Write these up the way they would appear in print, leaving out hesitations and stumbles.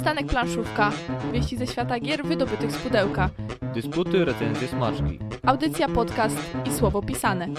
Przystanek Planszówka. Wieści ze świata gier wydobytych z pudełka. Dysputy, recenzje, smaczki. Audycja, podcast i słowo pisane.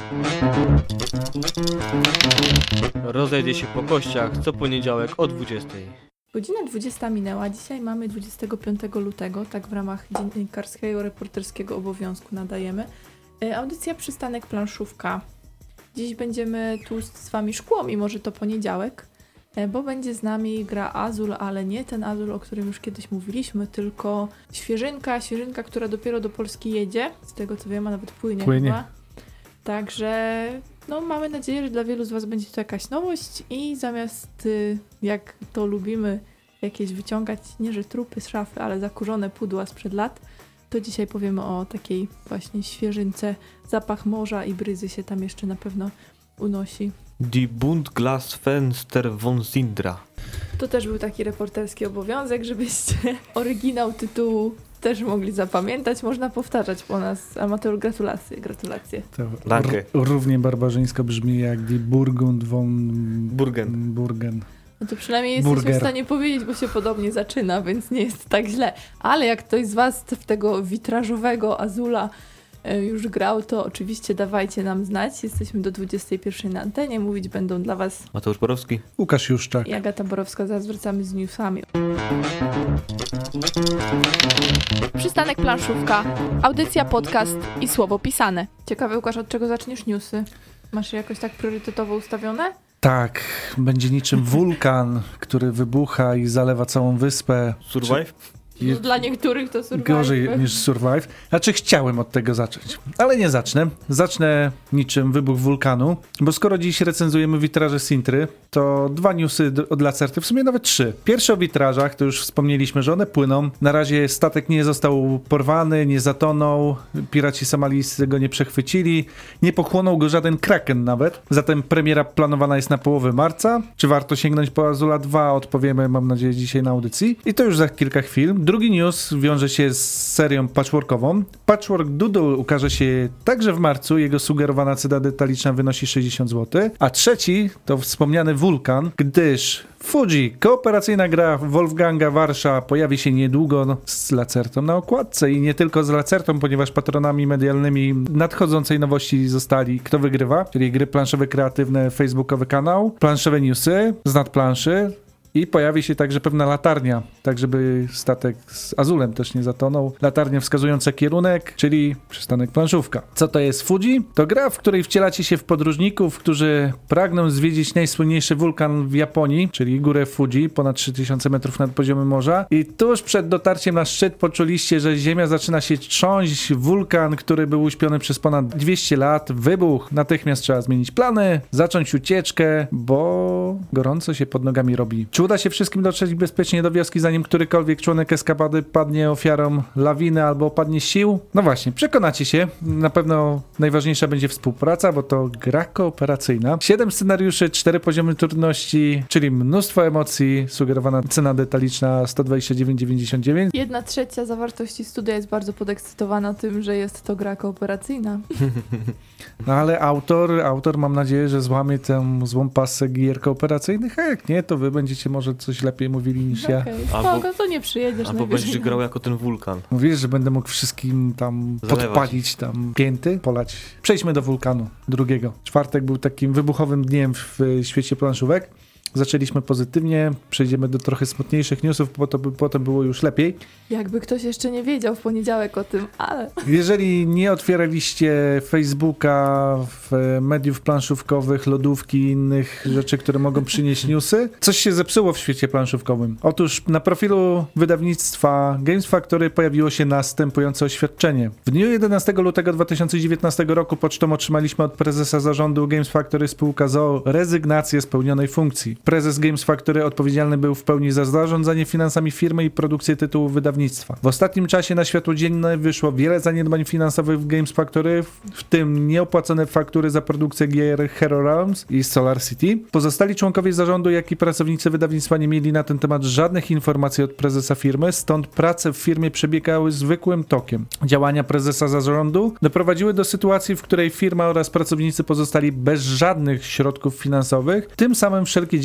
Rozejdzie się po kościach co poniedziałek o 20:00. Godzina 20 minęła. Dzisiaj mamy 25 lutego, tak w ramach dziennikarskiego, reporterskiego obowiązku nadajemy. Audycja Przystanek Planszówka. Dziś będziemy tu z wami szkło, mimo że to poniedziałek, bo będzie z nami gra Azul, ale nie ten Azul, o którym już kiedyś mówiliśmy, tylko świeżynka, która dopiero do Polski jedzie, z tego co wiem, a nawet płynie. Chyba. Także mamy nadzieję, że dla wielu z was będzie to jakaś nowość i zamiast, jak to lubimy, jakieś wyciągać, nie że trupy z szafy, ale zakurzone pudła sprzed lat, to dzisiaj powiemy o takiej właśnie świeżynce. Zapach morza i bryzy się tam jeszcze na pewno unosi. Die Buntglasfenster von Sindra. To też był taki reporterski obowiązek, żebyście oryginał tytułu też mogli zapamiętać. Można powtarzać po nas. Amator, gratulacje. To Danke. Równie barbarzyńsko brzmi jak Die Burgund von Burgen. No to przynajmniej jesteśmy w stanie powiedzieć, bo się podobnie zaczyna, więc nie jest tak źle. Ale jak ktoś z was w tego witrażowego Azula już grał, to oczywiście dawajcie nam znać. Jesteśmy do 21 na antenie. Mówić będą dla was Mateusz Borowski, Łukasz Juszczak i Agata Borowska. Zaraz wracamy z newsami. Przystanek Planszówka. Audycja, podcast i słowo pisane. Ciekawe, Łukasz, od czego zaczniesz newsy? Masz je jakoś tak priorytetowo ustawione? Tak, będzie niczym wulkan, który wybucha i zalewa całą wyspę. Survive? Dla niektórych to Survive. Gorzej niż Survive. Znaczy chciałem od tego zacząć, ale nie zacznę. Zacznę niczym wybuch wulkanu, bo skoro dziś recenzujemy witraże Sintry, to 2 newsy od Lacerty, w sumie nawet 3. Pierwsze o witrażach, to już wspomnieliśmy, że one płyną. Na razie statek nie został porwany, nie zatonął, piraci somalijscy go nie przechwycili, nie pochłonął go żaden kraken nawet. Zatem premiera planowana jest na połowę marca. Czy warto sięgnąć po Azula 2? Odpowiemy, mam nadzieję, dzisiaj na audycji. I to już za kilka chwil. Drugi news wiąże się z serią patchworkową. Patchwork Doodle ukaże się także w marcu. Jego sugerowana cena detaliczna wynosi 60 zł. A trzeci to wspomniany Wulkan, gdyż Fuji, kooperacyjna gra Wolfganga Warsza, pojawi się niedługo z Lacertą na okładce i nie tylko z Lacertą, ponieważ patronami medialnymi nadchodzącej nowości zostali Kto Wygrywa, czyli gry planszowe kreatywne, facebookowy kanał, planszowe newsy z nadplanszy. I pojawi się także pewna latarnia, tak żeby statek z Azulem też nie zatonął. Latarnia wskazująca kierunek, czyli przystanek planszówka. Co to jest Fuji? To gra, w której wcielacie się w podróżników, którzy pragną zwiedzić najsłynniejszy wulkan w Japonii, czyli górę Fuji, ponad 3000 metrów nad poziomem morza. I tuż przed dotarciem na szczyt poczuliście, że ziemia zaczyna się trząść. Wulkan, który był uśpiony przez ponad 200 lat, wybuch. Natychmiast trzeba zmienić plany, zacząć ucieczkę, bo gorąco się pod nogami robi. Czy uda się wszystkim dotrzeć bezpiecznie do wioski, zanim którykolwiek członek eskapady padnie ofiarą lawiny albo opadnie z sił? No właśnie, przekonacie się. Na pewno najważniejsza będzie współpraca, bo to gra kooperacyjna. 7 scenariuszy, 4 poziomy trudności, czyli mnóstwo emocji. Sugerowana cena detaliczna 129,99. 1/3 zawartości studia jest bardzo podekscytowana tym, że jest to gra kooperacyjna. No ale autor mam nadzieję, że złamie tę złą pasę gier kooperacyjnych, a jak nie, to wy będziecie może coś lepiej mówili niż ja. Okej, spoko, to nie przyjedziesz. Albo będziesz grał jako ten wulkan. Mówisz, że będę mógł wszystkim tam zalewać. Podpalić tam pięty, polać. Przejdźmy do wulkanu drugiego. Czwartek był takim wybuchowym dniem w świecie planszówek. Zaczęliśmy pozytywnie, przejdziemy do trochę smutniejszych newsów, bo to potem było już lepiej. Jakby ktoś jeszcze nie wiedział w poniedziałek o tym, ale... Jeżeli nie otwieraliście Facebooka, mediów planszówkowych, lodówki i innych rzeczy, które mogą przynieść newsy, coś się zepsuło w świecie planszówkowym. Otóż na profilu wydawnictwa Games Factory pojawiło się następujące oświadczenie. W dniu 11 lutego 2019 roku pocztą otrzymaliśmy od prezesa zarządu Games Factory spółka ZOO rezygnację z pełnionej funkcji. Prezes Games Factory odpowiedzialny był w pełni za zarządzanie finansami firmy i produkcję tytułów wydawnictwa. W ostatnim czasie na światło dzienne wyszło wiele zaniedbań finansowych w Games Factory, w tym nieopłacone faktury za produkcję gier Hero Realms i Solar City. Pozostali członkowie zarządu, jak i pracownicy wydawnictwa nie mieli na ten temat żadnych informacji od prezesa firmy, stąd prace w firmie przebiegały zwykłym tokiem. Działania prezesa zarządu doprowadziły do sytuacji, w której firma oraz pracownicy pozostali bez żadnych środków finansowych. Tym samym wszelkie działania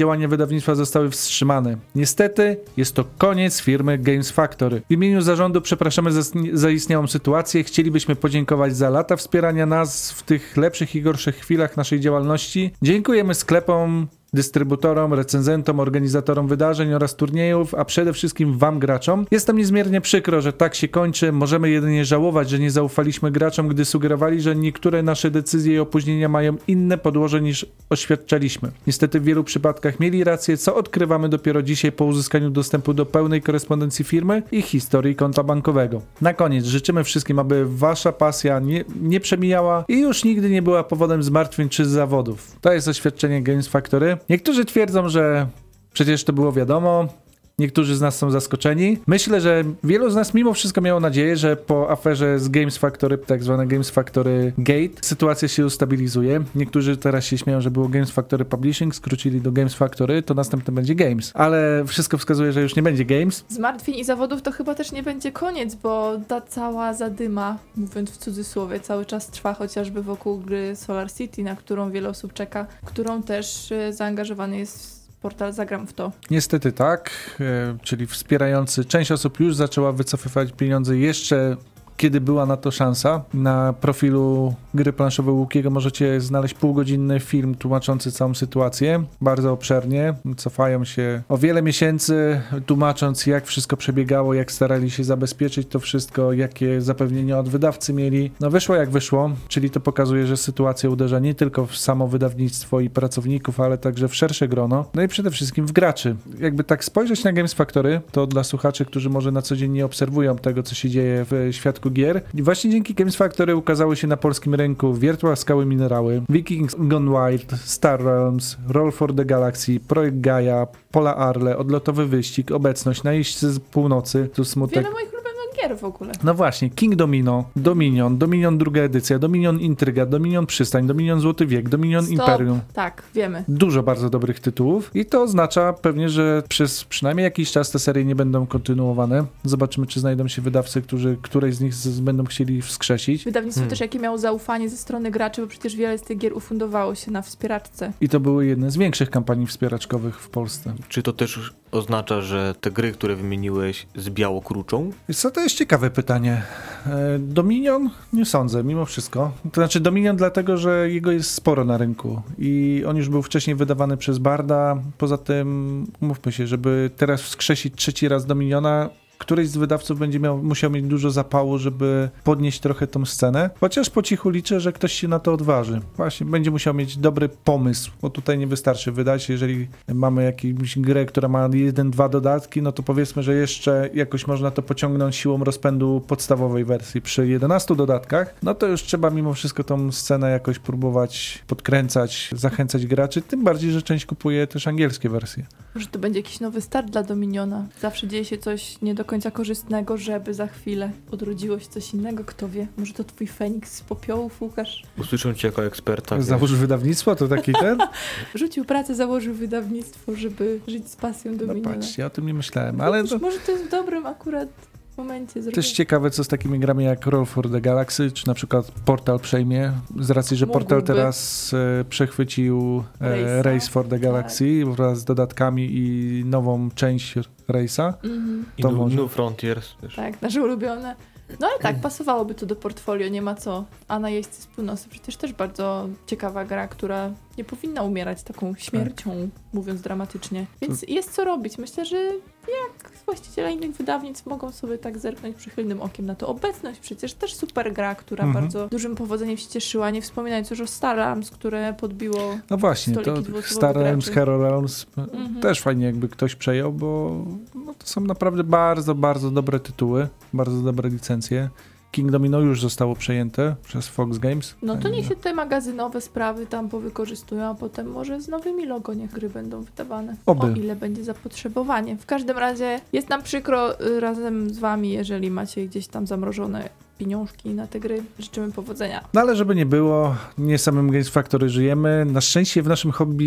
działania wydawnictwa zostały wstrzymane. Niestety jest to koniec firmy Games Factory. W imieniu zarządu przepraszamy za zaistniałą sytuację. Chcielibyśmy podziękować za lata wspierania nas w tych lepszych i gorszych chwilach naszej działalności. Dziękujemy sklepom, dystrybutorom, recenzentom, organizatorom wydarzeń oraz turniejów, a przede wszystkim wam graczom. Jest nam niezmiernie przykro, że tak się kończy. Możemy jedynie żałować, że nie zaufaliśmy graczom, gdy sugerowali, że niektóre nasze decyzje i opóźnienia mają inne podłoże niż oświadczaliśmy. Niestety w wielu przypadkach mieli rację, co odkrywamy dopiero dzisiaj po uzyskaniu dostępu do pełnej korespondencji firmy i historii konta bankowego. Na koniec życzymy wszystkim, aby wasza pasja nie przemijała i już nigdy nie była powodem zmartwień czy zawodów. To jest oświadczenie Games Factory. Niektórzy twierdzą, że przecież to było wiadomo, niektórzy z nas są zaskoczeni. Myślę, że wielu z nas mimo wszystko miało nadzieję, że po aferze z Games Factory, tak zwane Games Factory Gate, sytuacja się ustabilizuje. Niektórzy teraz się śmieją, że było Games Factory Publishing, skrócili do Games Factory, to następne będzie Games. Ale wszystko wskazuje, że już nie będzie Games. Zmartwień i zawodów to chyba też nie będzie koniec, bo ta cała zadyma, mówiąc w cudzysłowie, cały czas trwa chociażby wokół gry Solar City, na którą wiele osób czeka, którą też zaangażowany jest portal Zagram w to. Niestety tak, czyli wspierający. Część osób już zaczęła wycofywać pieniądze jeszcze kiedy była na to szansa. Na profilu gry planszowej Łukiego możecie znaleźć półgodzinny film tłumaczący całą sytuację. Bardzo obszernie. Cofają się o wiele miesięcy, tłumacząc jak wszystko przebiegało, jak starali się zabezpieczyć to wszystko, jakie zapewnienia od wydawcy mieli. No wyszło jak wyszło, czyli to pokazuje, że sytuacja uderza nie tylko w samo wydawnictwo i pracowników, ale także w szersze grono. No i przede wszystkim w graczy. Jakby tak spojrzeć na Games Factory, to dla słuchaczy, którzy może na co dzień nie obserwują tego, co się dzieje w świadku gier. I właśnie dzięki Games Factory ukazały się na polskim rynku Wiertła Skały Minerały, Vikings Gone Wild, Star Realms, Roll for the Galaxy, Projekt Gaia, Pola Arle, Odlotowy Wyścig, Obecność, Najeźdźcy z Północy, tu smutek. Wiele moich ulubionych gier w ogóle. No właśnie, King Domino, Dominion druga edycja, Dominion Intryga, Dominion Przystań, Dominion Złoty Wiek, Dominion Stop. Imperium. Tak, wiemy. Dużo bardzo dobrych tytułów i to oznacza pewnie, że przez przynajmniej jakiś czas te serie nie będą kontynuowane. Zobaczymy, czy znajdą się wydawcy, którzy którejś z nich będą chcieli wskrzesić. Wydawnictwo też jakie miało zaufanie ze strony graczy, bo przecież wiele z tych gier ufundowało się na wspieraczce. I to były jedne z większych kampanii wspieraczkowych w Polsce. Czy to też oznacza, że te gry, które wymieniłeś, z białokruczą? Wiesz co, to jest ciekawe pytanie. Dominion? Nie sądzę, mimo wszystko. To znaczy Dominion dlatego, że jego jest sporo na rynku i on już był wcześniej wydawany przez Barda. Poza tym, umówmy się, żeby teraz wskrzesić trzeci raz Dominiona, któryś z wydawców będzie musiał mieć dużo zapału, żeby podnieść trochę tą scenę. Chociaż po cichu liczę, że ktoś się na to odważy. Właśnie, będzie musiał mieć dobry pomysł, bo tutaj nie wystarczy wydać. Jeżeli mamy jakąś grę, która ma 1-2 dodatki, no to powiedzmy, że jeszcze jakoś można to pociągnąć siłą rozpędu podstawowej wersji. Przy 11 dodatkach, no to już trzeba mimo wszystko tą scenę jakoś próbować podkręcać, zachęcać graczy, tym bardziej, że część kupuje też angielskie wersje. Może to będzie jakiś nowy start dla Dominiona. Zawsze dzieje się coś nie do końca korzystnego, żeby za chwilę odrodziło się coś innego, kto wie. Może to twój Feniks z popiołów, Łukasz? Usłyszę cię jako eksperta. Załóż wydawnictwo, to taki ten? Rzucił pracę, założył wydawnictwo, żeby żyć z pasją No Dominiona. patrz, ja o tym nie myślałem, ale to Może to jest w dobrym akurat momencie zrobić. też ciekawe, co z takimi grami jak Roll for the Galaxy, czy na przykład Portal przejmie, z racji, że Portal Mógłby. teraz przechwycił Race'a. Race for the Galaxy wraz z dodatkami i nową część Race'a. Mhm. I to może. New Frontiers też. Tak, nasze ulubione. No ale tak, pasowałoby to do portfolio, nie ma co. A Najeźdźcy z Północy przecież też bardzo ciekawa gra, która nie powinna umierać taką śmiercią, mówiąc dramatycznie. Więc jest co robić. Myślę, że jak właściciele innych wydawnictw mogą sobie tak zerknąć przychylnym okiem na to. Obecność przecież też super gra, która bardzo dużym powodzeniem się cieszyła, nie wspominając już o Star Realms, które podbiło No właśnie, to stoliki dwuosobowych Star Realms, graczy. Hero Realms też fajnie jakby ktoś przejął, bo no, to są naprawdę bardzo, bardzo dobre tytuły, bardzo dobre licencje. King Domino już zostało przejęte przez Fox Games. No to niech się te magazynowe sprawy tam powykorzystują, a potem może z nowymi logo niech gry będą wydawane. Oby. O ile będzie zapotrzebowanie. W każdym razie jest nam przykro razem z wami, jeżeli macie gdzieś tam zamrożone pieniążki na te gry. Życzymy powodzenia. No ale żeby nie było, nie samym Games Factory żyjemy. Na szczęście w naszym hobby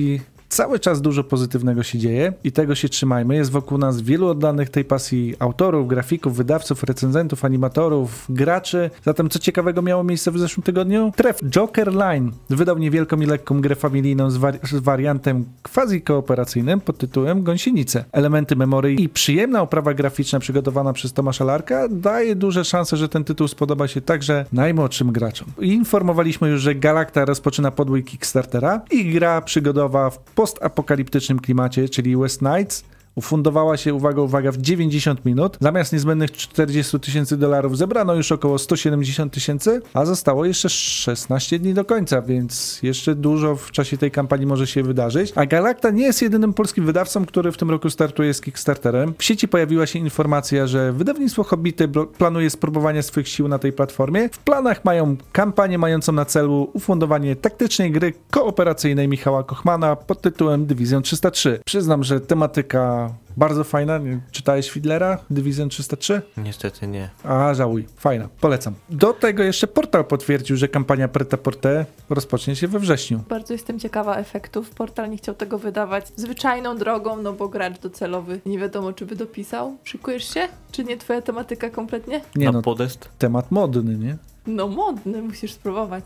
Cały czas dużo pozytywnego się dzieje i tego się trzymajmy. Jest wokół nas wielu oddanych tej pasji autorów, grafików, wydawców, recenzentów, animatorów, graczy. Zatem co ciekawego miało miejsce w zeszłym tygodniu? Tref Joker Line wydał niewielką i lekką grę familijną z wariantem quasi-kooperacyjnym pod tytułem Gąsienice. Elementy memory i przyjemna oprawa graficzna przygotowana przez Tomasza Larka daje duże szanse, że ten tytuł spodoba się także najmłodszym graczom. Informowaliśmy już, że Galacta rozpoczyna podbój Kickstartera i gra przygodowa w postapokaliptycznym klimacie, czyli West Nights, ufundowała się, uwaga, w 90 minut. Zamiast niezbędnych $40,000 zebrano już około 170,000, a zostało jeszcze 16 dni do końca, więc jeszcze dużo w czasie tej kampanii może się wydarzyć. A Galacta nie jest jedynym polskim wydawcą, który w tym roku startuje z Kickstarterem. W sieci pojawiła się informacja, że wydawnictwo Hobbity planuje spróbowanie swoich sił na tej platformie. W planach mają kampanię mającą na celu ufundowanie taktycznej gry kooperacyjnej Michała Kochmana pod tytułem Division 303. Przyznam, że tematyka bardzo fajna. Czytałeś Fiddlera? Division 303? Niestety nie. A, żałuj. Fajna. Polecam. Do tego jeszcze Portal potwierdził, że kampania Pret-a-Porter rozpocznie się we wrześniu. Bardzo jestem ciekawa efektów. Portal nie chciał tego wydawać zwyczajną drogą, no bo gracz docelowy nie wiadomo, czy by dopisał. Szykujesz się? Czy nie twoja tematyka kompletnie? Nie Na no, podest? temat modny, nie? No modny, musisz spróbować.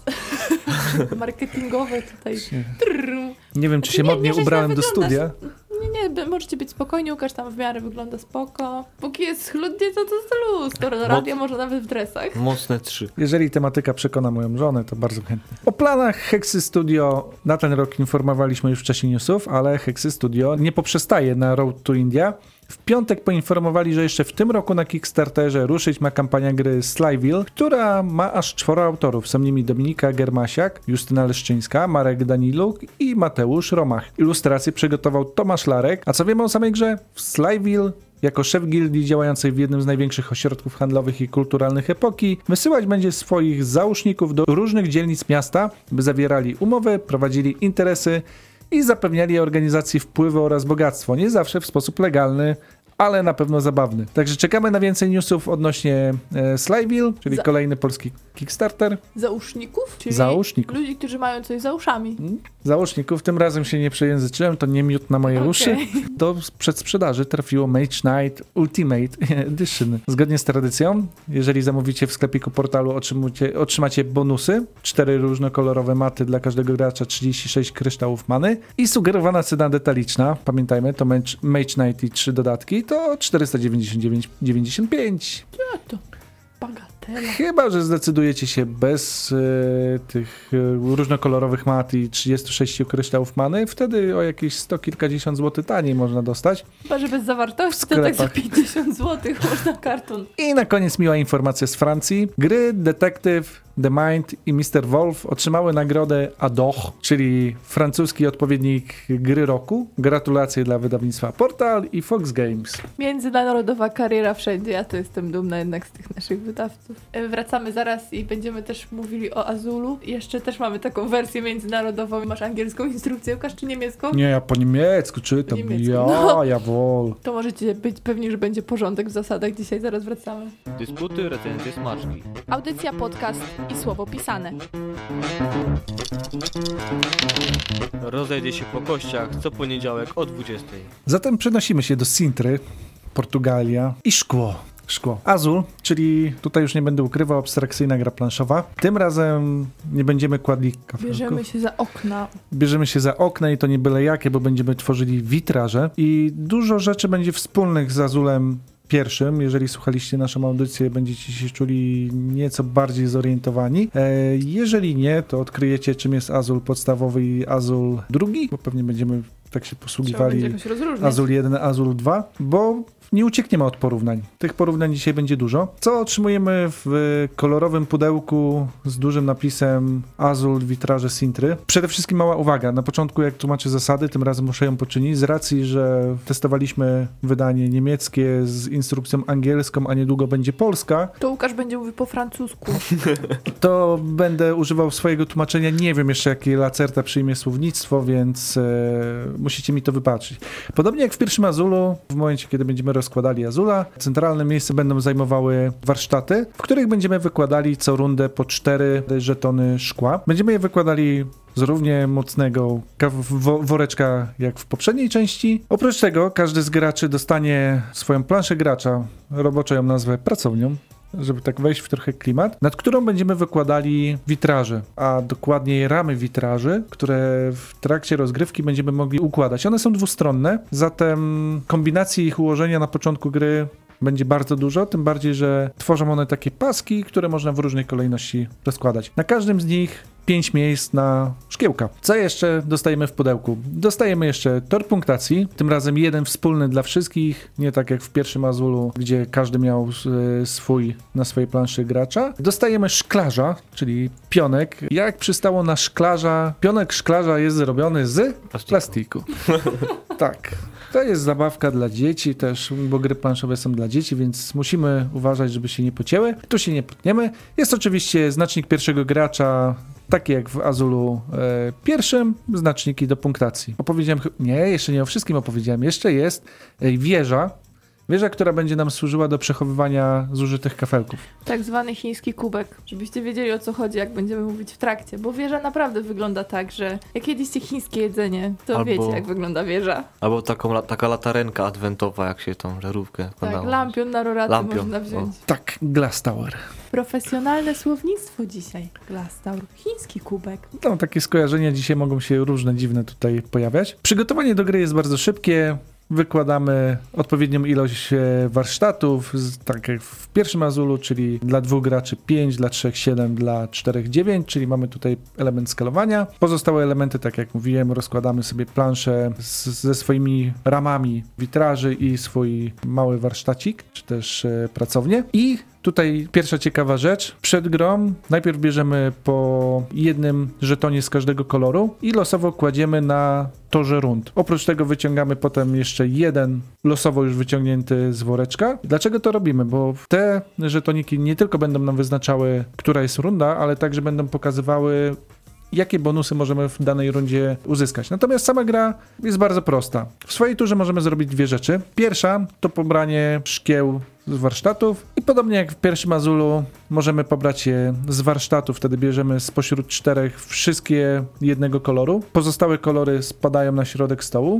Marketingowe tutaj. Nie wiem, czy się Nie, modnie źle ubrałem do wyglądasz. studia. Nie, możecie być spokojni, Łukasz tam w miarę wygląda spoko. Póki jest schludnie, to luz. To radio może nawet w dresach. Mocne 3. Jeżeli tematyka przekona moją żonę, to bardzo chętnie. O planach Hexy Studio na ten rok informowaliśmy już wcześniej newsów, ale Hexy Studio nie poprzestaje na Road to India. W piątek poinformowali, że jeszcze w tym roku na Kickstarterze ruszyć ma kampania gry Slyville, która ma aż 4 autorów. Są nimi Dominika Germasiak, Justyna Leszczyńska, Marek Daniluk i Mateusz Romach. Ilustrację przygotował Tomasz Larek. A co wiemy o samej grze? W Slyville jako szef gildii działającej w jednym z największych ośrodków handlowych i kulturalnych epoki, wysyłać będzie swoich załóżników do różnych dzielnic miasta, by zawierali umowy, prowadzili interesy i zapewniali organizacji wpływy oraz bogactwo. Nie zawsze w sposób legalny, ale na pewno zabawny. Także czekamy na więcej newsów odnośnie Slyville, czyli kolejny polski Kickstarter. Załóżników? Czyli Załóżników. ludzi, którzy mają coś za uszami. Załóżników. Tym razem się nie przejęzyczyłem, to nie miód na moje uszy. Do przedsprzedaży trafiło Mage Knight Ultimate Edition. Zgodnie z tradycją, jeżeli zamówicie w sklepiku portalu, otrzymacie bonusy. 4 różnokolorowe maty dla każdego gracza, 36 kryształów many i sugerowana cena detaliczna, pamiętajmy, to Mage Knight i 3 dodatki, to 499,95. No to bagatela. Chyba że zdecydujecie się bez tych różnokolorowych mat i 36 kryształów many, wtedy o jakieś 100 kilkadziesiąt złotych taniej można dostać. Chyba, że bez zawartości W to tak za sklepach. 50 zł można karton. I na koniec miła informacja z Francji. Gry Detective, The Mind i Mr. Wolf otrzymały nagrodę Adoch, czyli francuski odpowiednik gry roku. Gratulacje dla wydawnictwa Portal i Fox Games. Międzynarodowa kariera wszędzie. Ja to jestem dumna jednak z tych naszych wydawców. Wracamy zaraz i będziemy też mówili o Azulu. Jeszcze też mamy taką wersję międzynarodową. Masz angielską instrukcję, Łukasz, czy niemiecką? Nie, ja po niemiecku czytam. Po niemiecku, Ja, no. jawohl. To możecie być pewni, że będzie porządek w zasadach. Dzisiaj zaraz wracamy. Dysputy, recenzje, smaczki. Audycja, podcast i słowo pisane. Rozejdzie się po kościach co poniedziałek o 20. Zatem przenosimy się do Sintry, Portugalia i szkło. Azul, czyli tutaj już nie będę ukrywał, abstrakcyjna gra planszowa. Tym razem nie będziemy kładli kafelków. Bierzemy się za okna i to nie byle jakie, bo będziemy tworzyli witraże i dużo rzeczy będzie wspólnych z Azulem pierwszym. Jeżeli słuchaliście naszą audycję, będziecie się czuli nieco bardziej zorientowani. Jeżeli nie, to odkryjecie, czym jest Azul podstawowy i Azul drugi, bo pewnie będziemy tak się posługiwali Azul 1, Azul 2, bo nie uciekniemy od porównań. Tych porównań dzisiaj będzie dużo. Co otrzymujemy w kolorowym pudełku z dużym napisem Azul Witraże Sintry? Przede wszystkim mała uwaga. Na początku, jak tłumaczę zasady, tym razem muszę ją poczynić. Z racji, że testowaliśmy wydanie niemieckie z instrukcją angielską, a niedługo będzie polska, To Łukasz będzie mówił po francusku. to będę używał swojego tłumaczenia. Nie wiem jeszcze, jakie Lacerta przyjmie słownictwo, więc musicie mi to wybaczyć. Podobnie jak w pierwszym Azulu, w momencie, kiedy będziemy rozkładali Azula, centralne miejsce będą zajmowały warsztaty, w których będziemy wykładali co rundę po 4 żetony szkła. Będziemy je wykładali z równie mocnego woreczka jak w poprzedniej części. Oprócz tego każdy z graczy dostanie swoją planszę gracza, roboczo ją nazwę pracownią, żeby tak wejść w trochę klimat, nad którą będziemy wykładali witraże, a dokładniej ramy witraży, które w trakcie rozgrywki będziemy mogli układać. One są dwustronne, zatem kombinacji ich ułożenia na początku gry będzie bardzo dużo, tym bardziej, że tworzą one takie paski, które można w różnej kolejności rozkładać. Na każdym z nich 5 miejsc na szkiełka. Co jeszcze dostajemy w pudełku? Dostajemy jeszcze tor punktacji, tym razem jeden wspólny dla wszystkich, nie tak jak w pierwszym Azulu, gdzie każdy miał swój na swojej planszy gracza. Dostajemy szklarza, czyli pionek. Jak przystało na szklarza, pionek szklarza jest zrobiony z plastiku. Tak. To jest zabawka dla dzieci też, bo gry planszowe są dla dzieci, więc musimy uważać, żeby się nie pocięły. Tu się nie potniemy. Jest oczywiście znacznik pierwszego gracza, taki jak w Azulu pierwszym, znaczniki do punktacji. Opowiedziałem, nie, jeszcze nie o wszystkim opowiedziałem. Jeszcze jest wieża, która będzie nam służyła do przechowywania zużytych kafelków. Tak zwany chiński kubek, żebyście wiedzieli, o co chodzi, jak będziemy mówić w trakcie, bo wieża naprawdę wygląda tak, że jak jedliście chińskie jedzenie, to wiecie, jak wygląda wieża. Albo taka latarenka adwentowa, jak się tą żarówkę Tak, lampion na roraty można wziąć. Tak, Glass Tower. Profesjonalne słownictwo dzisiaj. Glass Tower, chiński kubek. No, takie skojarzenia dzisiaj mogą się różne, dziwne tutaj pojawiać. Przygotowanie do gry jest bardzo szybkie. Wykładamy odpowiednią ilość warsztatów, tak jak w pierwszym Azulu, czyli dla 2 graczy 5, dla 3 7, dla 4 9, czyli mamy tutaj element skalowania. Pozostałe elementy, tak jak mówiłem, rozkładamy sobie planszę ze swoimi ramami witraży i swój mały warsztacik, czy też pracownię. I tutaj pierwsza ciekawa rzecz. Przed grą najpierw bierzemy po jednym żetonie z każdego koloru i losowo kładziemy na torze rund. Oprócz tego wyciągamy potem jeszcze jeden losowo już wyciągnięty z woreczka. Dlaczego to robimy? Bo te żetoniki nie tylko będą nam wyznaczały, która jest runda, ale także będą pokazywały, jakie bonusy możemy w danej rundzie uzyskać. Natomiast sama gra jest bardzo prosta. W swojej turze możemy zrobić 2 rzeczy. Pierwsza to pobranie szkieł z warsztatów i podobnie jak w pierwszym Azulu możemy pobrać je z warsztatów, wtedy bierzemy spośród 4 wszystkie jednego koloru. Pozostałe kolory spadają na środek stołu.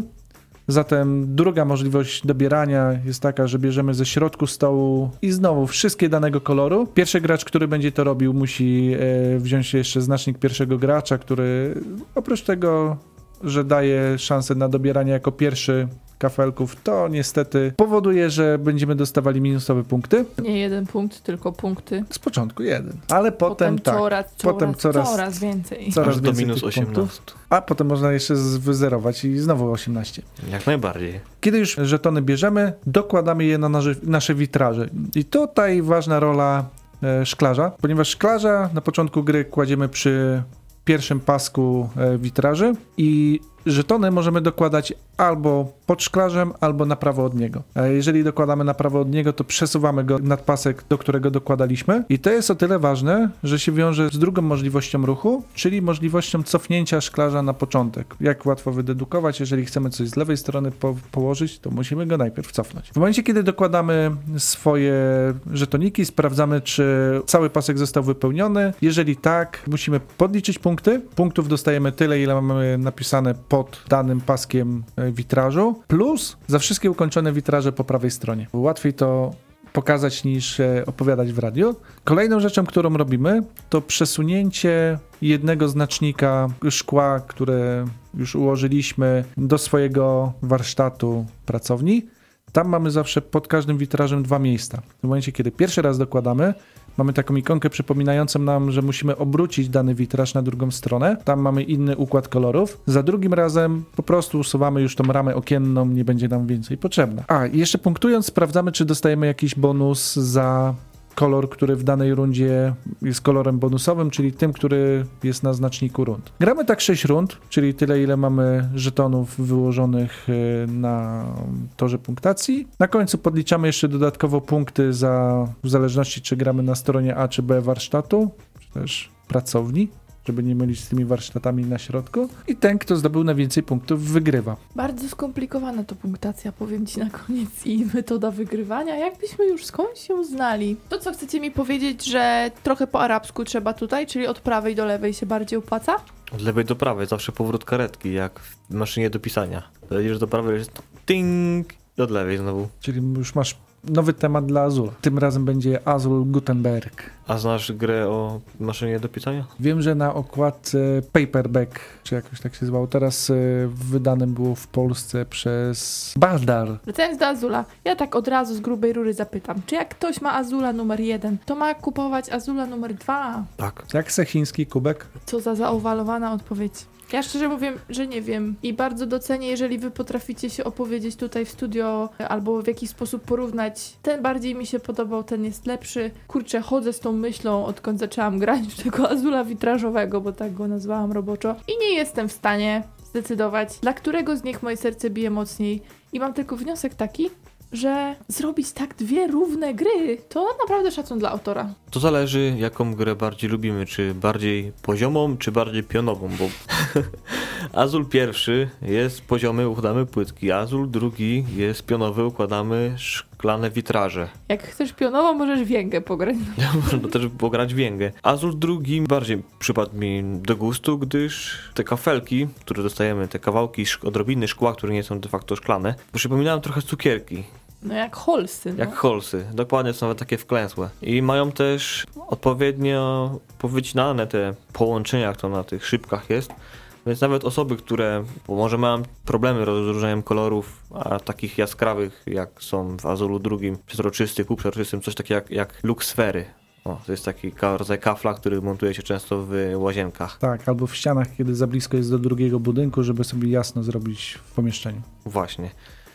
Zatem druga możliwość dobierania jest taka, że bierzemy ze środku stołu i znowu wszystkie danego koloru. Pierwszy gracz, który będzie to robił, musi wziąć jeszcze znacznik pierwszego gracza, który oprócz tego, że daje szansę na dobieranie jako pierwszy kafelków, to niestety powoduje, że będziemy dostawali minusowe punkty. Nie 1 punkt, tylko punkty. Z początku 1, ale potem tak. Coraz więcej. Coraz aż do więcej minus tych 18. punktów. A potem można jeszcze wyzerować i znowu 18. Jak najbardziej. Kiedy już żetony bierzemy, dokładamy je na nasze witraże. I tutaj ważna rola szklarza, ponieważ szklarza na początku gry kładziemy przy pierwszym pasku witraży i żetony możemy dokładać albo pod szklarzem, albo na prawo od niego. A jeżeli dokładamy na prawo od niego, to przesuwamy go nad pasek, do którego dokładaliśmy. I to jest o tyle ważne, że się wiąże z drugą możliwością ruchu, czyli możliwością cofnięcia szklarza na początek. Jak łatwo wydedukować, jeżeli chcemy coś z lewej strony położyć, to musimy go najpierw cofnąć. W momencie, kiedy dokładamy swoje żetoniki, sprawdzamy, czy cały pasek został wypełniony. Jeżeli tak, musimy podliczyć punkty. Punktów dostajemy tyle, ile mamy napisane pod danym paskiem witrażu, plus za wszystkie ukończone witraże po prawej stronie. Łatwiej to pokazać niż opowiadać w radiu. Kolejną rzeczą, którą robimy, to przesunięcie jednego znacznika szkła, które już ułożyliśmy do swojego warsztatu pracowni. Tam mamy zawsze pod każdym witrażem 2 miejsca. W momencie, kiedy pierwszy raz dokładamy, mamy taką ikonkę przypominającą nam, że musimy obrócić dany witraż na drugą stronę. Tam mamy inny układ kolorów. Za drugim razem po prostu usuwamy już tą ramę okienną, nie będzie nam więcej potrzebna. A, i jeszcze punktując, sprawdzamy, czy dostajemy jakiś bonus za kolor, który w danej rundzie jest kolorem bonusowym, czyli tym, który jest na znaczniku rund. Gramy tak 6 rund, czyli tyle, ile mamy żetonów wyłożonych na torze punktacji. Na końcu podliczamy jeszcze dodatkowo punkty w zależności, czy gramy na stronie A czy B warsztatu, czy też pracowni. żeby nie mylić z tymi warsztatami na środku. I ten, kto zdobył najwięcej punktów, wygrywa. Bardzo skomplikowana to punktacja, powiem ci na koniec, i metoda wygrywania. Jakbyśmy już skądś ją znali. To co, chcecie mi powiedzieć, że trochę po arabsku trzeba tutaj, czyli od prawej do lewej się bardziej opłaca? Od lewej do prawej, zawsze powrót karetki, jak w maszynie do pisania. Jedziesz do prawej, jest ting i od lewej znowu. Czyli już masz nowy temat dla Azula. Tym razem będzie Azul Gutenberg. A znasz grę o maszynie do pisania? Wiem, że na okładce Paperback, czy jakoś tak się zwało, teraz wydanym było w Polsce przez Baldar. Wracając do Azula, ja tak od razu z grubej rury zapytam, czy jak ktoś ma Azula numer 1, to ma kupować Azula numer 2? Tak. Jak se chiński kubek? Co za zaowalowana odpowiedź. Ja szczerze mówię, że nie wiem i bardzo docenię, jeżeli wy potraficie się opowiedzieć tutaj w studio albo w jakiś sposób porównać. Ten bardziej mi się podobał, ten jest lepszy. Kurczę, chodzę z tą myślą, odkąd zaczęłam grać w tego Azula witrażowego, bo tak go nazwałam roboczo. I nie jestem w stanie zdecydować, dla którego z nich moje serce bije mocniej. I mam tylko wniosek taki, że zrobić tak dwie równe gry, to naprawdę szacun dla autora. To zależy, jaką grę bardziej lubimy, czy bardziej poziomą, czy bardziej pionową, bo Azul pierwszy jest poziomy, układamy płytki, Azul drugi jest pionowy, układamy szklane witraże. Jak chcesz pionowo, możesz wiengę pograć. Można też pograć w Wiengę. Azul drugi bardziej przypadł mi do gustu, gdyż te kafelki, które dostajemy, te kawałki odrobiny szkła, które nie są de facto szklane, przypominają trochę cukierki. No jak holsy, no. Jak holsy, dokładnie są nawet takie wklęsłe. I mają też odpowiednio powycinane te połączenia, jak to na tych szybkach jest. Więc nawet osoby, które może mają problemy z rozróżnieniem kolorów, a takich jaskrawych, jak są w Azulu drugim, przezroczysty, ku przezroczystym, coś takiego jak luksfery. O, to jest taki rodzaj kafla, który montuje się często w łazienkach. Tak, albo w ścianach, kiedy za blisko jest do drugiego budynku, żeby sobie jasno zrobić w pomieszczeniu. Właśnie.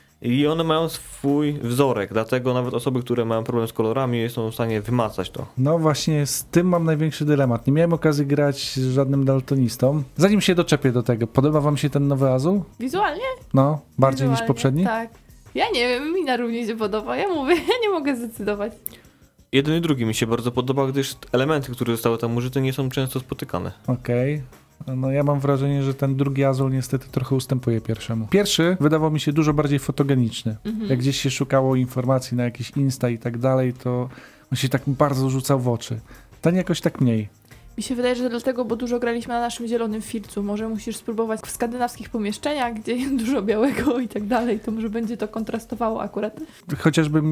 I one mają swój wzorek, dlatego nawet osoby, które mają problem z kolorami, są w stanie wymacać to. No właśnie z tym mam największy dylemat. Nie miałem okazji grać z żadnym daltonistą. Zanim się doczepię do tego, podoba wam się ten nowy Azul? Wizualnie? No, bardziej niż Wizualnie, poprzedni? Tak. Ja nie wiem, mi na równi się podoba. Ja mówię, ja nie mogę zdecydować. Jeden i drugi mi się bardzo podoba, gdyż elementy, które zostały tam użyte, nie są często spotykane. Okej. No ja mam wrażenie, że ten drugi Azul niestety trochę ustępuje pierwszemu. Pierwszy wydawał mi się dużo bardziej fotogeniczny. Jak gdzieś się szukało informacji na jakieś Insta i tak dalej, to on się tak bardzo rzucał w oczy. Ten jakoś tak mniej. Mi się wydaje, że dlatego, bo dużo graliśmy na naszym zielonym filcu. Może musisz spróbować w skandynawskich pomieszczeniach, gdzie jest dużo białego i tak dalej. To może będzie to kontrastowało akurat. Chociażby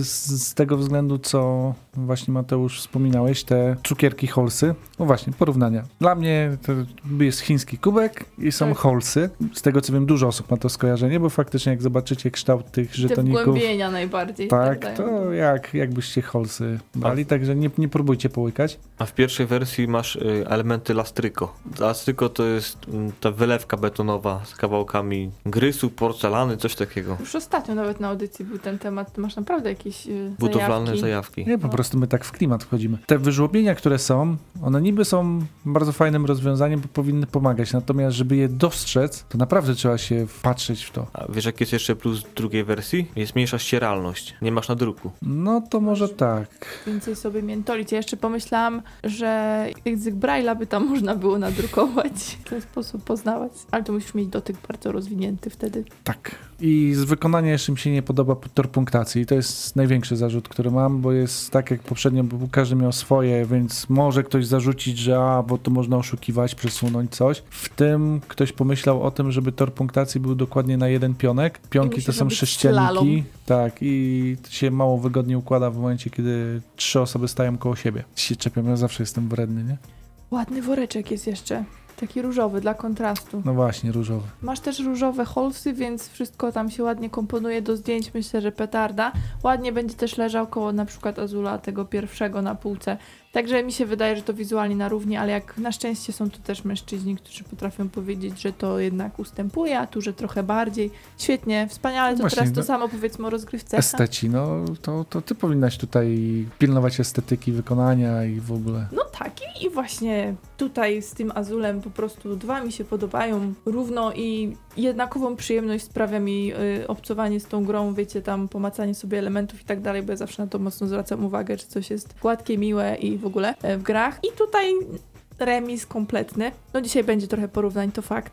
z tego względu, co właśnie Mateusz wspominałeś, te cukierki holsy. No właśnie, porównania. Dla mnie to jest chiński kubek i są Tak. holsy. Z tego co wiem, dużo osób ma to skojarzenie, bo faktycznie jak zobaczycie kształt tych Te żetoników, wgłębienia najbardziej. tak, dają. to jakbyście holsy brali, także nie próbujcie połykać. A w pierwszej wersji masz elementy lastryko. Lastryko to jest ta wylewka betonowa z kawałkami grysu, porcelany, coś takiego. Już ostatnio nawet na audycji był ten temat. Ty masz naprawdę jakieś Budowlane zajawki. zajawki. Nie, po No. prostu my tak w klimat wchodzimy. Te wyżłobienia, które są, one niby są bardzo fajnym rozwiązaniem, bo powinny pomagać, natomiast żeby je dostrzec, to naprawdę trzeba się wpatrzeć w to. A wiesz, jaki jest jeszcze plus drugiej wersji? Jest mniejsza ścieralność. Nie masz nadruku. No to może tak. Więcej sobie miętolić. Ja jeszcze pomyślałam, że język Braille'a by tam można było nadrukować. W ten sposób poznawać. Ale to musisz mieć dotyk bardzo rozwinięty wtedy. Tak. I z wykonania jeszcze mi się nie podoba tor punktacji. To jest największy zarzut, który mam, bo jest tak jak poprzednio, bo każdy miał swoje, więc może ktoś zarzucić, że bo to można oszukiwać, przesunąć coś. W tym ktoś pomyślał o tym, żeby tor punktacji był dokładnie na jeden pionek. Pionki musi to są robić sześcianniki. slalom. Tak, i to się mało wygodnie układa w momencie, kiedy 3 osoby stają koło siebie. Się czepiam, ja zawsze jestem wredny, nie? Ładny woreczek jest jeszcze. Taki różowy dla kontrastu. No właśnie, różowy. Masz też różowe holsy, więc wszystko tam się ładnie komponuje do zdjęć. Myślę, że petarda. Ładnie będzie też leżał koło na przykład Azula tego pierwszego na półce. Także mi się wydaje, że to wizualnie na równi, ale jak na szczęście są tu też mężczyźni, którzy potrafią powiedzieć, że to jednak ustępuje, a tu, że trochę bardziej. Świetnie, wspaniale. To Właśnie, teraz to no. samo powiedzmy o rozgrywce. Esteci, no to ty powinnaś tutaj pilnować estetyki wykonania i w ogóle. No tak, i właśnie tutaj z tym Azulem po prostu dwa mi się podobają równo i jednakową przyjemność sprawia mi obcowanie z tą grą, wiecie, tam pomacanie sobie elementów i tak dalej, bo ja zawsze na to mocno zwracam uwagę, czy coś jest gładkie, miłe i w ogóle w grach. I tutaj remis kompletny. No dzisiaj będzie trochę porównań, to fakt.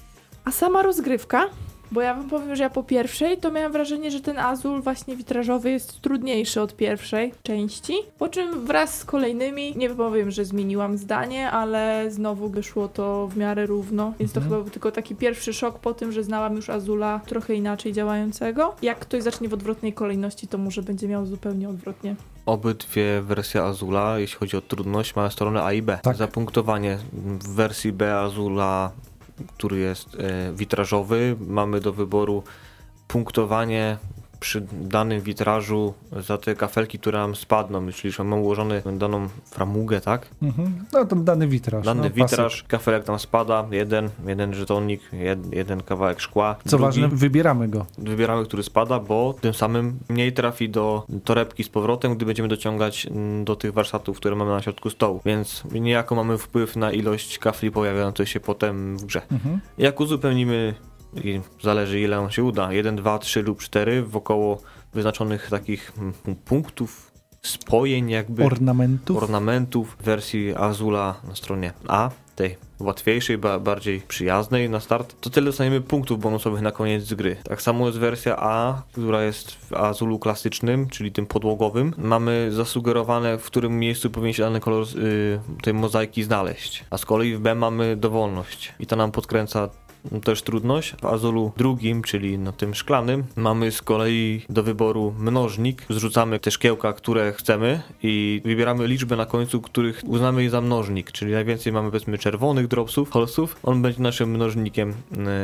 A sama rozgrywka, bo ja wam powiem, że ja po pierwszej to miałam wrażenie, że ten Azul właśnie witrażowy jest trudniejszy od pierwszej części, po czym wraz z kolejnymi, nie powiem, że zmieniłam zdanie, ale znowu wyszło to w miarę równo, więc to chyba był tylko taki pierwszy szok po tym, że znałam już Azula trochę inaczej działającego. Jak ktoś zacznie w odwrotnej kolejności, to może będzie miał zupełnie odwrotnie. Obydwie wersje Azula, jeśli chodzi o trudność, mają stronę A i B. Tak. Za punktowanie w wersji B Azula, który jest witrażowy, mamy do wyboru punktowanie przy danym witrażu za te kafelki, które nam spadną, czyli mamy ułożony daną framugę, tak? No to dany witraż. Dany no, witraż, pasek. kafelek tam spada, jeden żetonik, jeden kawałek szkła. Co drugi, ważne, wybieramy go. wybieramy, który spada, bo tym samym mniej trafi do torebki z powrotem, gdy będziemy dociągać do tych warsztatów, które mamy na środku stołu. Więc niejako mamy wpływ na ilość kafli pojawiających się potem w grze. Jak uzupełnimy, i zależy ile on się uda, 1, 2, 3 lub 4 wokoło wyznaczonych takich punktów, spojeń jakby, ornamentów w wersji Azula na stronie A, tej łatwiejszej, bardziej przyjaznej na start, to tyle dostaniemy punktów bonusowych na koniec gry. Tak samo jest wersja A, która jest w Azulu klasycznym, czyli tym podłogowym. Mamy zasugerowane, w którym miejscu powinien się dany kolor tej mozaiki znaleźć. A z kolei w B mamy dowolność. I to nam podkręca też trudność. W Azulu drugim, czyli na tym szklanym, mamy z kolei do wyboru mnożnik. Zrzucamy te szkiełka, które chcemy i wybieramy liczbę na końcu, których uznamy je za mnożnik, czyli najwięcej mamy powiedzmy czerwonych dropsów, holsów. On będzie naszym mnożnikiem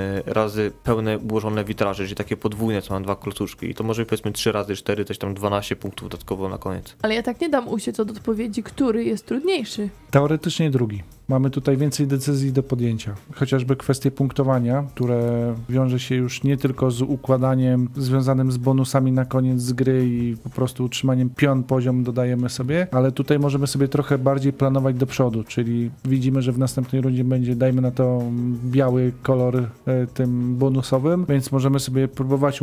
razy pełne ułożone witraże, czyli takie podwójne, co mam 2 klocuszki. I to może powiedzmy 3 razy 4, też tam 12 punktów dodatkowo na koniec. Ale ja tak nie dam uciec od odpowiedzi, który jest trudniejszy. Teoretycznie drugi. Mamy tutaj więcej decyzji do podjęcia. Chociażby kwestie punktowania, które wiąże się już nie tylko z układaniem związanym z bonusami na koniec gry i po prostu utrzymaniem pion poziom dodajemy sobie, ale tutaj możemy sobie trochę bardziej planować do przodu, czyli widzimy, że w następnej rundzie będzie, dajmy na to, biały kolor tym bonusowym, więc możemy sobie próbować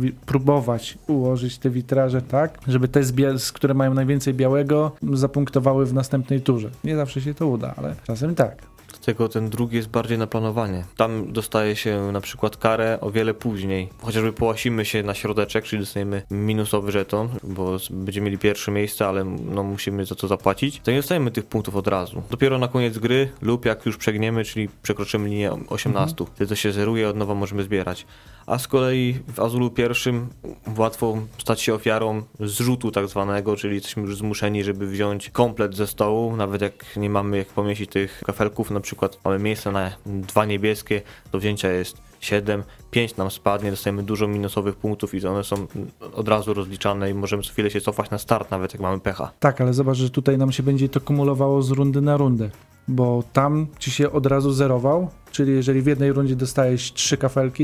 ułożyć te witraże tak, żeby te, które mają najwięcej białego, zapunktowały w następnej turze. Nie zawsze się to uda, ale czasem tak. Dlatego ten drugi jest bardziej na planowanie. Tam dostaje się na przykład karę o wiele później. Chociażby połasimy się na środeczek, czyli dostajemy minusowy żeton, bo będziemy mieli pierwsze miejsce, ale no musimy za to zapłacić. To nie dostajemy tych punktów od razu. Dopiero na koniec gry lub jak już przegniemy, czyli przekroczymy linię 18. Wtedy to się zeruje, od nowa możemy zbierać. A z kolei w Azulu pierwszym łatwo stać się ofiarą zrzutu tak zwanego, czyli jesteśmy już zmuszeni, żeby wziąć komplet ze stołu, nawet jak nie mamy jak pomieścić tych kafelków, na przykład mamy miejsce na 2 niebieskie, do wzięcia jest 7, 5 nam spadnie, dostajemy dużo minusowych punktów i one są od razu rozliczane i możemy co chwilę się cofać na start, nawet jak mamy pecha. Tak, ale zobacz, że tutaj nam się będzie to kumulowało z rundy na rundę, bo tam ci się od razu zerował, czyli jeżeli w jednej rundzie dostałeś 3 kafelki,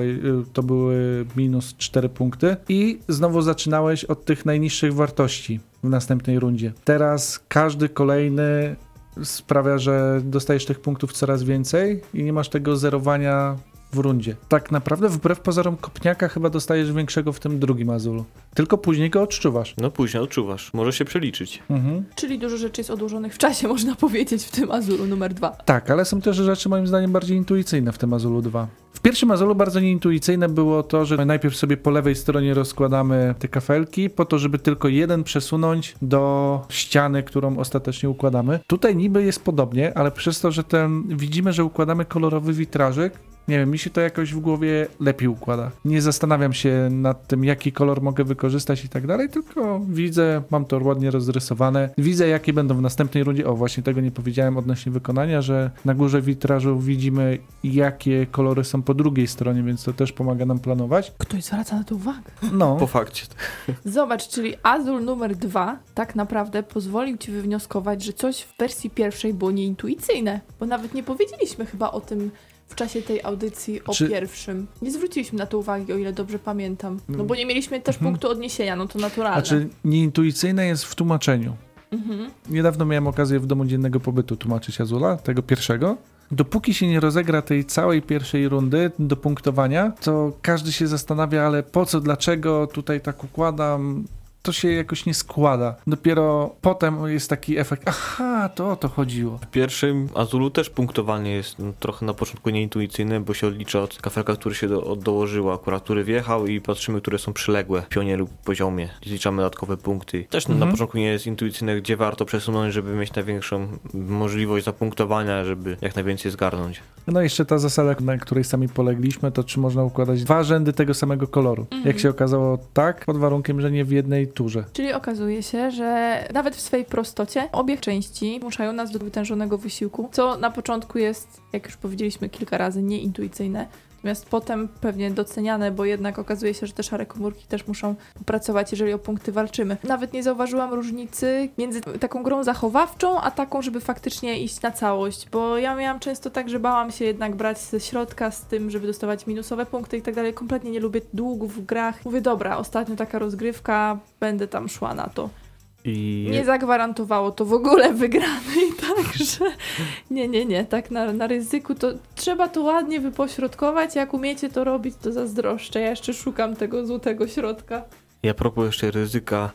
to były minus 4 punkty i znowu zaczynałeś od tych najniższych wartości w następnej rundzie. Teraz każdy kolejny sprawia, że dostajesz tych punktów coraz więcej i nie masz tego zerowania w rundzie. Tak naprawdę wbrew pozorom kopniaka chyba dostajesz większego w tym drugim Azulu. Tylko później go odczuwasz. No później odczuwasz, może się przeliczyć. Czyli dużo rzeczy jest odłożonych w czasie, można powiedzieć, w tym Azulu numer 2. Tak, ale są też rzeczy moim zdaniem bardziej intuicyjne w tym Azulu 2. W pierwszym Azulu bardzo nieintuicyjne było to, że najpierw sobie po lewej stronie rozkładamy te kafelki po to, żeby tylko jeden przesunąć do ściany, którą ostatecznie układamy. Tutaj niby jest podobnie, ale przez to, że widzimy, że układamy kolorowy witrażyk, nie wiem, mi się to jakoś w głowie lepiej układa. Nie zastanawiam się nad tym, jaki kolor mogę wykorzystać i tak dalej, tylko widzę, mam to ładnie rozrysowane. Widzę, jakie będą w następnej rundzie. O, właśnie tego nie powiedziałem odnośnie wykonania, że na górze witrażu widzimy, jakie kolory są po drugiej stronie, więc to też pomaga nam planować. Ktoś zwraca na to uwagę. No. Po fakcie. Zobacz, czyli Azul numer 2 tak naprawdę pozwolił ci wywnioskować, że coś w wersji pierwszej było nieintuicyjne, bo nawet nie powiedzieliśmy chyba o tym w czasie tej audycji o pierwszym. Nie zwróciliśmy na to uwagi, o ile dobrze pamiętam. No bo nie mieliśmy też punktu odniesienia, no to naturalne. Znaczy, nieintuicyjne jest w tłumaczeniu. Niedawno miałem okazję w domu dziennego pobytu tłumaczyć Azula, tego pierwszego. Dopóki się nie rozegra tej całej pierwszej rundy do punktowania, to każdy się zastanawia, ale po co, dlaczego tutaj tak układam. to się jakoś nie składa. Dopiero potem jest taki efekt, aha, to o to chodziło. W pierwszym Azulu też punktowanie jest trochę na początku nieintuicyjne, bo się odlicza od kafelka, który się dołożyło, akurat który wjechał i patrzymy, które są przyległe w pionie lub poziomie. Zliczamy dodatkowe punkty. Też na początku nie jest intuicyjne, gdzie warto przesunąć, żeby mieć największą możliwość zapunktowania, żeby jak najwięcej zgarnąć. No i jeszcze ta zasada, na której sami polegliśmy, to czy można układać 2 rzędy tego samego koloru. Jak się okazało, tak, pod warunkiem, że nie w jednej turze. Czyli okazuje się, że nawet w swej prostocie obie części zmuszają nas do wytężonego wysiłku, co na początku jest, jak już powiedzieliśmy kilka razy, nieintuicyjne. Natomiast potem pewnie doceniane, bo jednak okazuje się, że te szare komórki też muszą pracować, jeżeli o punkty walczymy. Nawet nie zauważyłam różnicy między taką grą zachowawczą, a taką, żeby faktycznie iść na całość, bo ja miałam często tak, że bałam się jednak brać ze środka z tym, żeby dostawać minusowe punkty i tak dalej. Kompletnie nie lubię długów w grach. Mówię, dobra, ostatnio taka rozgrywka, będę tam szła na to. I Nie zagwarantowało to w ogóle wygranej, także nie, tak na ryzyku to trzeba to ładnie wypośrodkować, jak umiecie to robić, to zazdroszczę, ja jeszcze szukam tego złotego środka. I a propos jeszcze ryzyka,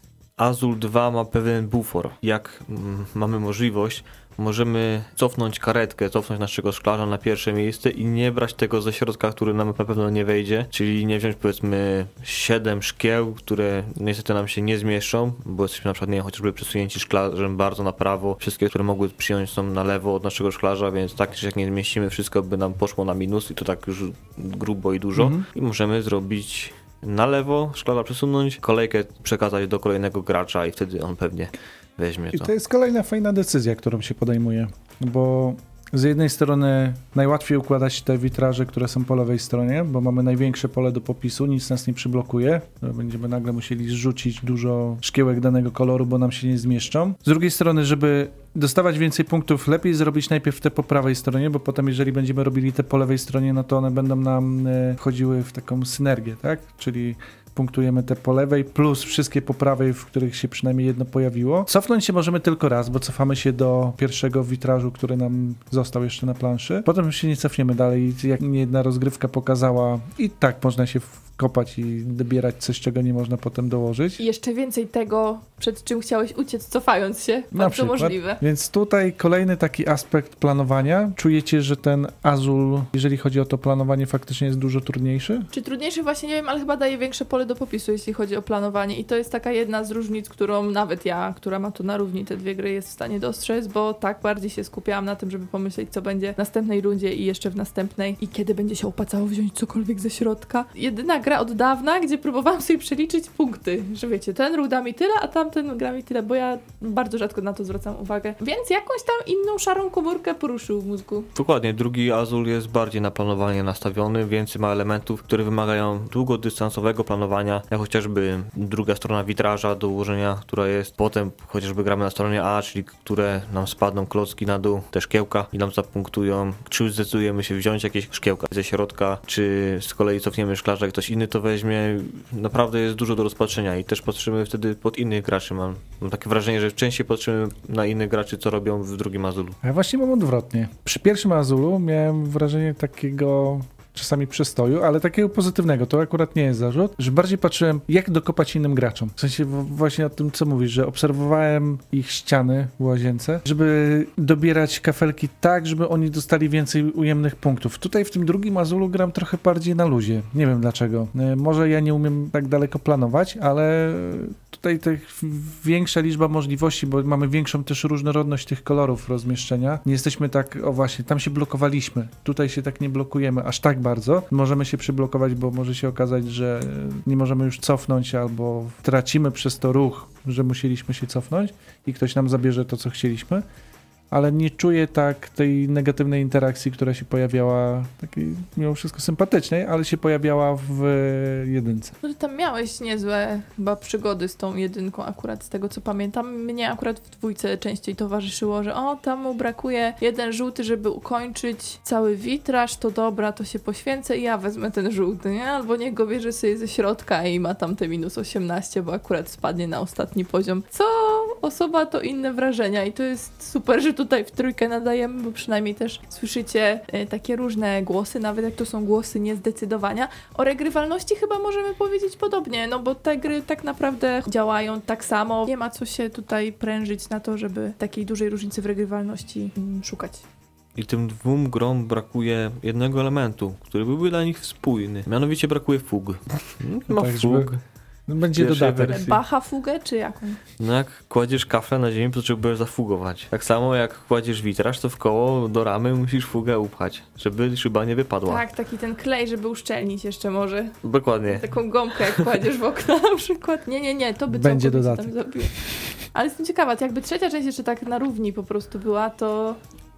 Azul 2 ma pewien bufor. Jak mamy możliwość, możemy cofnąć karetkę, cofnąć naszego szklarza na pierwsze miejsce i nie brać tego ze środka, który nam na pewno nie wejdzie, czyli nie wziąć powiedzmy 7 szkieł, które niestety nam się nie zmieszczą, bo jesteśmy na przykład chociażby przesunięci szklarzem bardzo na prawo, wszystkie, które mogły przyjąć są na lewo od naszego szklarza, więc tak czy jak nie zmieścimy, wszystko by nam poszło na minus i to tak już grubo i dużo i możemy zrobić na lewo, szklarza przesunąć, kolejkę przekazać do kolejnego gracza i wtedy on pewnie weźmie to. I to jest kolejna fajna decyzja, którą się podejmuje, bo z jednej strony najłatwiej układać te witraże, które są po lewej stronie, bo mamy największe pole do popisu, nic nas nie przyblokuje. Będziemy nagle musieli zrzucić dużo szkiełek danego koloru, bo nam się nie zmieszczą. Z drugiej strony, żeby dostawać więcej punktów, lepiej zrobić najpierw te po prawej stronie, bo potem jeżeli będziemy robili te po lewej stronie, no to one będą nam wchodziły w taką synergię, tak? Czyli punktujemy te po lewej plus wszystkie po prawej, w których się przynajmniej jedno pojawiło. Cofnąć się możemy tylko raz, bo cofamy się do pierwszego witrażu, który nam został jeszcze na planszy. Potem już się nie cofniemy dalej. Jak niejedna rozgrywka pokazała, i tak można się wkopać i dobierać coś, czego nie można potem dołożyć. I jeszcze więcej tego, przed czym chciałeś uciec, cofając się. Na Bardzo przykład. możliwe. Więc tutaj kolejny taki aspekt planowania. Czujecie, że ten Azul, jeżeli chodzi o to planowanie, faktycznie jest dużo trudniejszy? Czy trudniejszy? Właśnie nie wiem, ale chyba daje większe pole do popisu, jeśli chodzi o planowanie. I to jest taka jedna z różnic, którą nawet ja, która ma tu na równi te dwie gry, jest w stanie dostrzec, bo tak bardziej się skupiałam na tym, żeby pomyśleć, co będzie w następnej rundzie i jeszcze w następnej i kiedy będzie się opłacało wziąć cokolwiek ze środka. Jedyna gra od dawna, gdzie próbowałam sobie przeliczyć punkty, że wiecie, ten ruch da mi tyle, a tamten gra mi tyle, bo ja bardzo rzadko na to zwracam uwagę. Więc jakąś tam inną szarą komórkę poruszył w mózgu. Dokładnie, drugi Azul jest bardziej na planowanie nastawiony, więcej ma elementów, które wymagają długodystansowego planowania, jak chociażby druga strona witraża do ułożenia, która jest, potem chociażby gramy na stronie A, czyli które nam spadną klocki na dół, te szkiełka i nam zapunktują, czy zdecydujemy się wziąć jakieś szkiełka ze środka, czy z kolei cofniemy szklarza, jak ktoś inny to weźmie. Naprawdę jest dużo do rozpatrzenia i też patrzymy wtedy pod innych graczy. Mam takie wrażenie, że częściej patrzymy na innych graczy, co robią w drugim Azulu. A ja właśnie mam odwrotnie. Przy pierwszym Azulu miałem wrażenie takiego czasami przestoju, ale takiego pozytywnego, to akurat nie jest zarzut, że bardziej patrzyłem, jak dokopać innym graczom. W sensie właśnie o tym, co mówisz, że obserwowałem ich ściany w łazience, żeby dobierać kafelki tak, żeby oni dostali więcej ujemnych punktów. Tutaj w tym drugim Azulu gram trochę bardziej na luzie. Nie wiem dlaczego. Może ja nie umiem tak daleko planować, ale tutaj większa liczba możliwości, bo mamy większą też różnorodność tych kolorów rozmieszczenia. Nie jesteśmy tak, o właśnie, tam się blokowaliśmy. Tutaj się tak nie blokujemy aż tak bardzo. Możemy się przyblokować, bo może się okazać, że nie możemy już cofnąć albo tracimy przez to ruch, że musieliśmy się cofnąć i ktoś nam zabierze to, co chcieliśmy. Ale nie czuję tak tej negatywnej interakcji, która się pojawiała, takiej mimo wszystko sympatycznej, ale się pojawiała w jedynce. No to tam miałeś niezłe chyba przygody z tą jedynką akurat, z tego co pamiętam. Mnie akurat w dwójce częściej towarzyszyło, że tam mu brakuje jeden żółty, żeby ukończyć cały witraż, to dobra, to się poświęcę i ja wezmę ten żółty, nie? Albo niech go bierze sobie ze środka i ma tam te minus 18, bo akurat spadnie na ostatni poziom, co osoba, to inne wrażenia i to jest super, że tutaj w trójkę nadajemy, bo przynajmniej też słyszycie takie różne głosy, nawet jak to są głosy niezdecydowania. O regrywalności chyba możemy powiedzieć podobnie, no bo te gry tak naprawdę działają tak samo. Nie ma co się tutaj prężyć na to, żeby takiej dużej różnicy w regrywalności szukać. I tym dwóm grom brakuje jednego elementu, który byłby dla nich spójny. Mianowicie brakuje fug. Nie ma Tak, żeby- fug. No, będzie Pierwszej dodatek. wersji. Bacha fugę, czy jaką? No jak kładziesz kafle na ziemi, to trzeba zafugować. Tak samo jak kładziesz witraż, to w koło do ramy musisz fugę upchać, żeby szyba nie wypadła. Tak, taki ten klej, żeby uszczelnić jeszcze może. Dokładnie. Taką gąbkę jak kładziesz w okno na przykład. Nie, to by Będzie całkowicie dodatek. tam zabiło. Ale jestem ciekawa, to jakby trzecia część jeszcze tak na równi po prostu była, to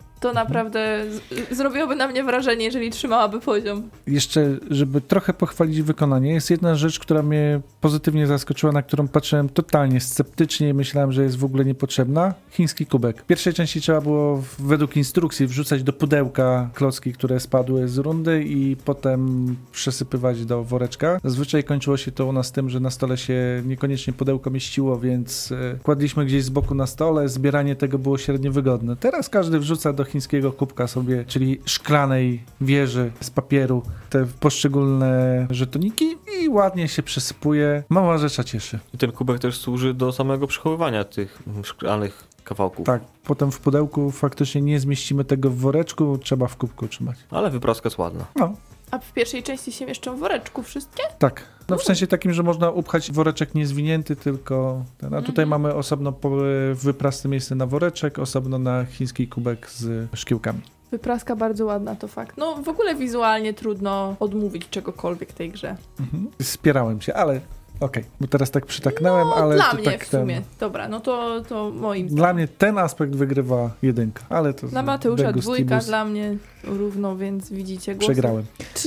naprawdę zrobiłoby na mnie wrażenie, jeżeli trzymałaby poziom. Jeszcze, żeby trochę pochwalić wykonanie, jest jedna rzecz, która mnie pozytywnie zaskoczyła, na którą patrzyłem totalnie sceptycznie i myślałem, że jest w ogóle niepotrzebna. Chiński kubek. W pierwszej części trzeba było według instrukcji wrzucać do pudełka klocki, które spadły z rundy i potem przesypywać do woreczka. Zazwyczaj kończyło się to u nas tym, że na stole się niekoniecznie pudełko mieściło, więc kładliśmy gdzieś z boku na stole, zbieranie tego było średnio wygodne. Teraz każdy wrzuca do chińskiego kubka sobie, czyli szklanej wieży z papieru, te poszczególne żetoniki i ładnie się przesypuje. Mała rzecz cieszy. I ten kubek też służy do samego przechowywania tych szklanych kawałków. Tak, potem w pudełku faktycznie nie zmieścimy tego w woreczku, trzeba w kubku trzymać. Ale wypraska jest ładna. No, A w pierwszej części się mieszczą w woreczku wszystkie? tak. No w sensie takim, że można upchać woreczek niezwinięty, tylko ten. A tutaj mamy osobno wyprasne miejsce na woreczek, osobno na chiński kubek z szkiełkami. Wypraska bardzo ładna, to fakt. No w ogóle wizualnie trudno odmówić czegokolwiek tej grze. Spierałem się, ale okej, bo teraz tak przytaknąłem, ale Dla to mnie tak w sumie. Dobra, no to moim zdaniem. Dla mnie ten aspekt wygrywa jedynka, ale to Dla Mateusza Degus dwójka, Tibus. dla mnie równo, więc widzicie głosy. Przegrałem.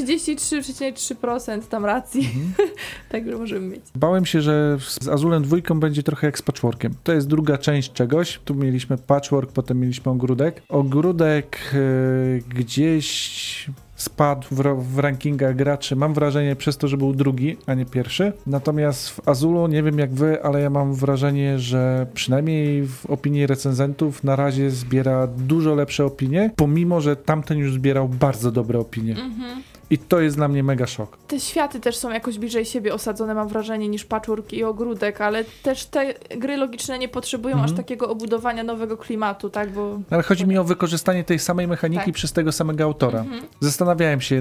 33,3% tam racji, także możemy mieć. Bałem się, że z Azulem dwójką będzie trochę jak z Patchworkiem. To jest druga część czegoś. Tu mieliśmy Patchwork, potem mieliśmy Ogródek. Ogródek gdzieś spadł w rankingach graczy, mam wrażenie, przez to, że był drugi, a nie pierwszy. Natomiast w Azulu, nie wiem jak wy, ale ja mam wrażenie, że przynajmniej w opinii recenzentów na razie zbiera dużo lepsze opinie, pomimo, że tamten już zbierał bardzo dobre opinie. I to jest dla mnie mega szok. Te światy też są jakoś bliżej siebie osadzone, mam wrażenie, niż Patchwork i Ogródek, ale też te gry logiczne nie potrzebują aż takiego obudowania nowego klimatu, tak, bo... Ale chodzi mi o wykorzystanie tej samej mechaniki Tak. przez tego samego autora. Zastanawiałem się,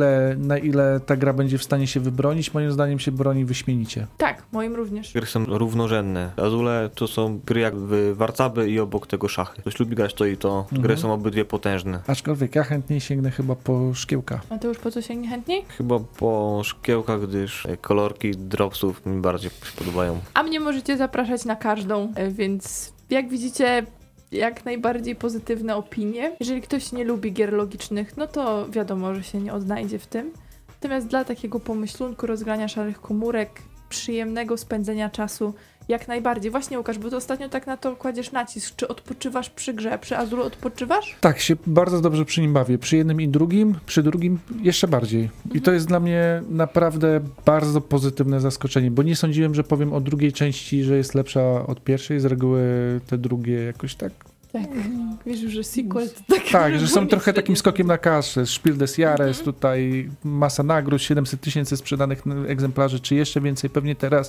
na ile ta gra będzie w stanie się wybronić. Moim zdaniem się broni wyśmienicie. Tak, moim również. Gry są równorzędne. Azule to są gry jak w warcaby i obok tego szachy. Ktoś lubi grać to i to. Gry są obydwie potężne. Aczkolwiek ja chętniej sięgnę chyba po szkiełka. Mateusz, po co sięgnie chętniej? Chyba po szkiełkach, gdyż kolorki dropsów mi bardziej się podobają. A mnie możecie zapraszać na każdą, więc jak widzicie, jak najbardziej pozytywne opinie. Jeżeli ktoś nie lubi gier logicznych, no to wiadomo, że się nie odnajdzie w tym. Natomiast dla takiego pomyślunku, rozgrania szarych komórek, przyjemnego spędzenia czasu, jak najbardziej. Właśnie Łukasz, bo to ostatnio tak na to kładziesz nacisk. Czy odpoczywasz przy grze? Przy Azulu odpoczywasz? Tak, się bardzo dobrze przy nim bawię. Przy jednym i drugim, przy drugim jeszcze bardziej. I to jest dla mnie naprawdę bardzo pozytywne zaskoczenie, bo nie sądziłem, że powiem o drugiej części, że jest lepsza od pierwszej. Z reguły te drugie jakoś tak... Tak. Wiesz już, że sequel to tak... Tak, że są nic trochę średnio takim skokiem na kasę. Spiel des Jahres, tutaj masa nagród, 700 000 sprzedanych egzemplarzy, czy jeszcze więcej pewnie teraz.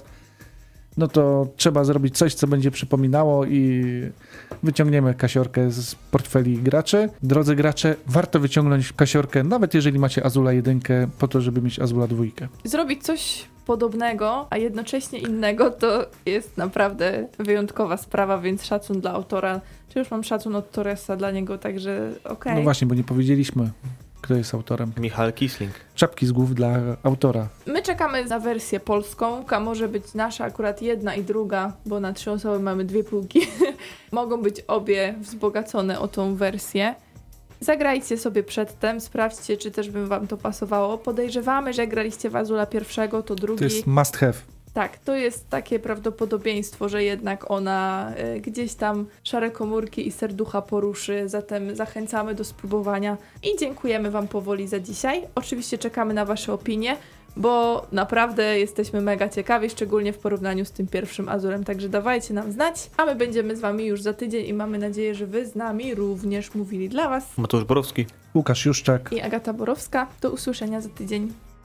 No to trzeba zrobić coś, co będzie przypominało i wyciągniemy kasiorkę z portfeli graczy. Drodzy gracze, warto wyciągnąć kasiorkę, nawet jeżeli macie Azula 1, po to, żeby mieć Azula 2. Zrobić coś podobnego, a jednocześnie innego, to jest naprawdę wyjątkowa sprawa, więc szacun dla autora. Czy już mam szacun od Torresa dla niego, także okej. No właśnie, bo nie powiedzieliśmy, kto jest autorem. Michał Kisling. Czapki z głów dla autora. My czekamy na wersję polską, a może być nasza akurat jedna i druga, bo na 3 osoby mamy 2 półki. Mogą być obie wzbogacone o tą wersję. Zagrajcie sobie przedtem, sprawdźcie, czy też by wam to pasowało. Podejrzewamy, że jak graliście w Azula pierwszego, to drugi... To jest must have. Tak, to jest takie prawdopodobieństwo, że jednak ona gdzieś tam szare komórki i serducha poruszy, zatem zachęcamy do spróbowania i dziękujemy wam powoli za dzisiaj. Oczywiście czekamy na wasze opinie. bo naprawdę jesteśmy mega ciekawi, szczególnie w porównaniu z tym pierwszym Azurem, także dawajcie nam znać, a my będziemy z wami już za tydzień i mamy nadzieję, że wy z nami również mówili dla was. Mateusz Borowski. Łukasz Juszczak. I Agata Borowska. Do usłyszenia za tydzień.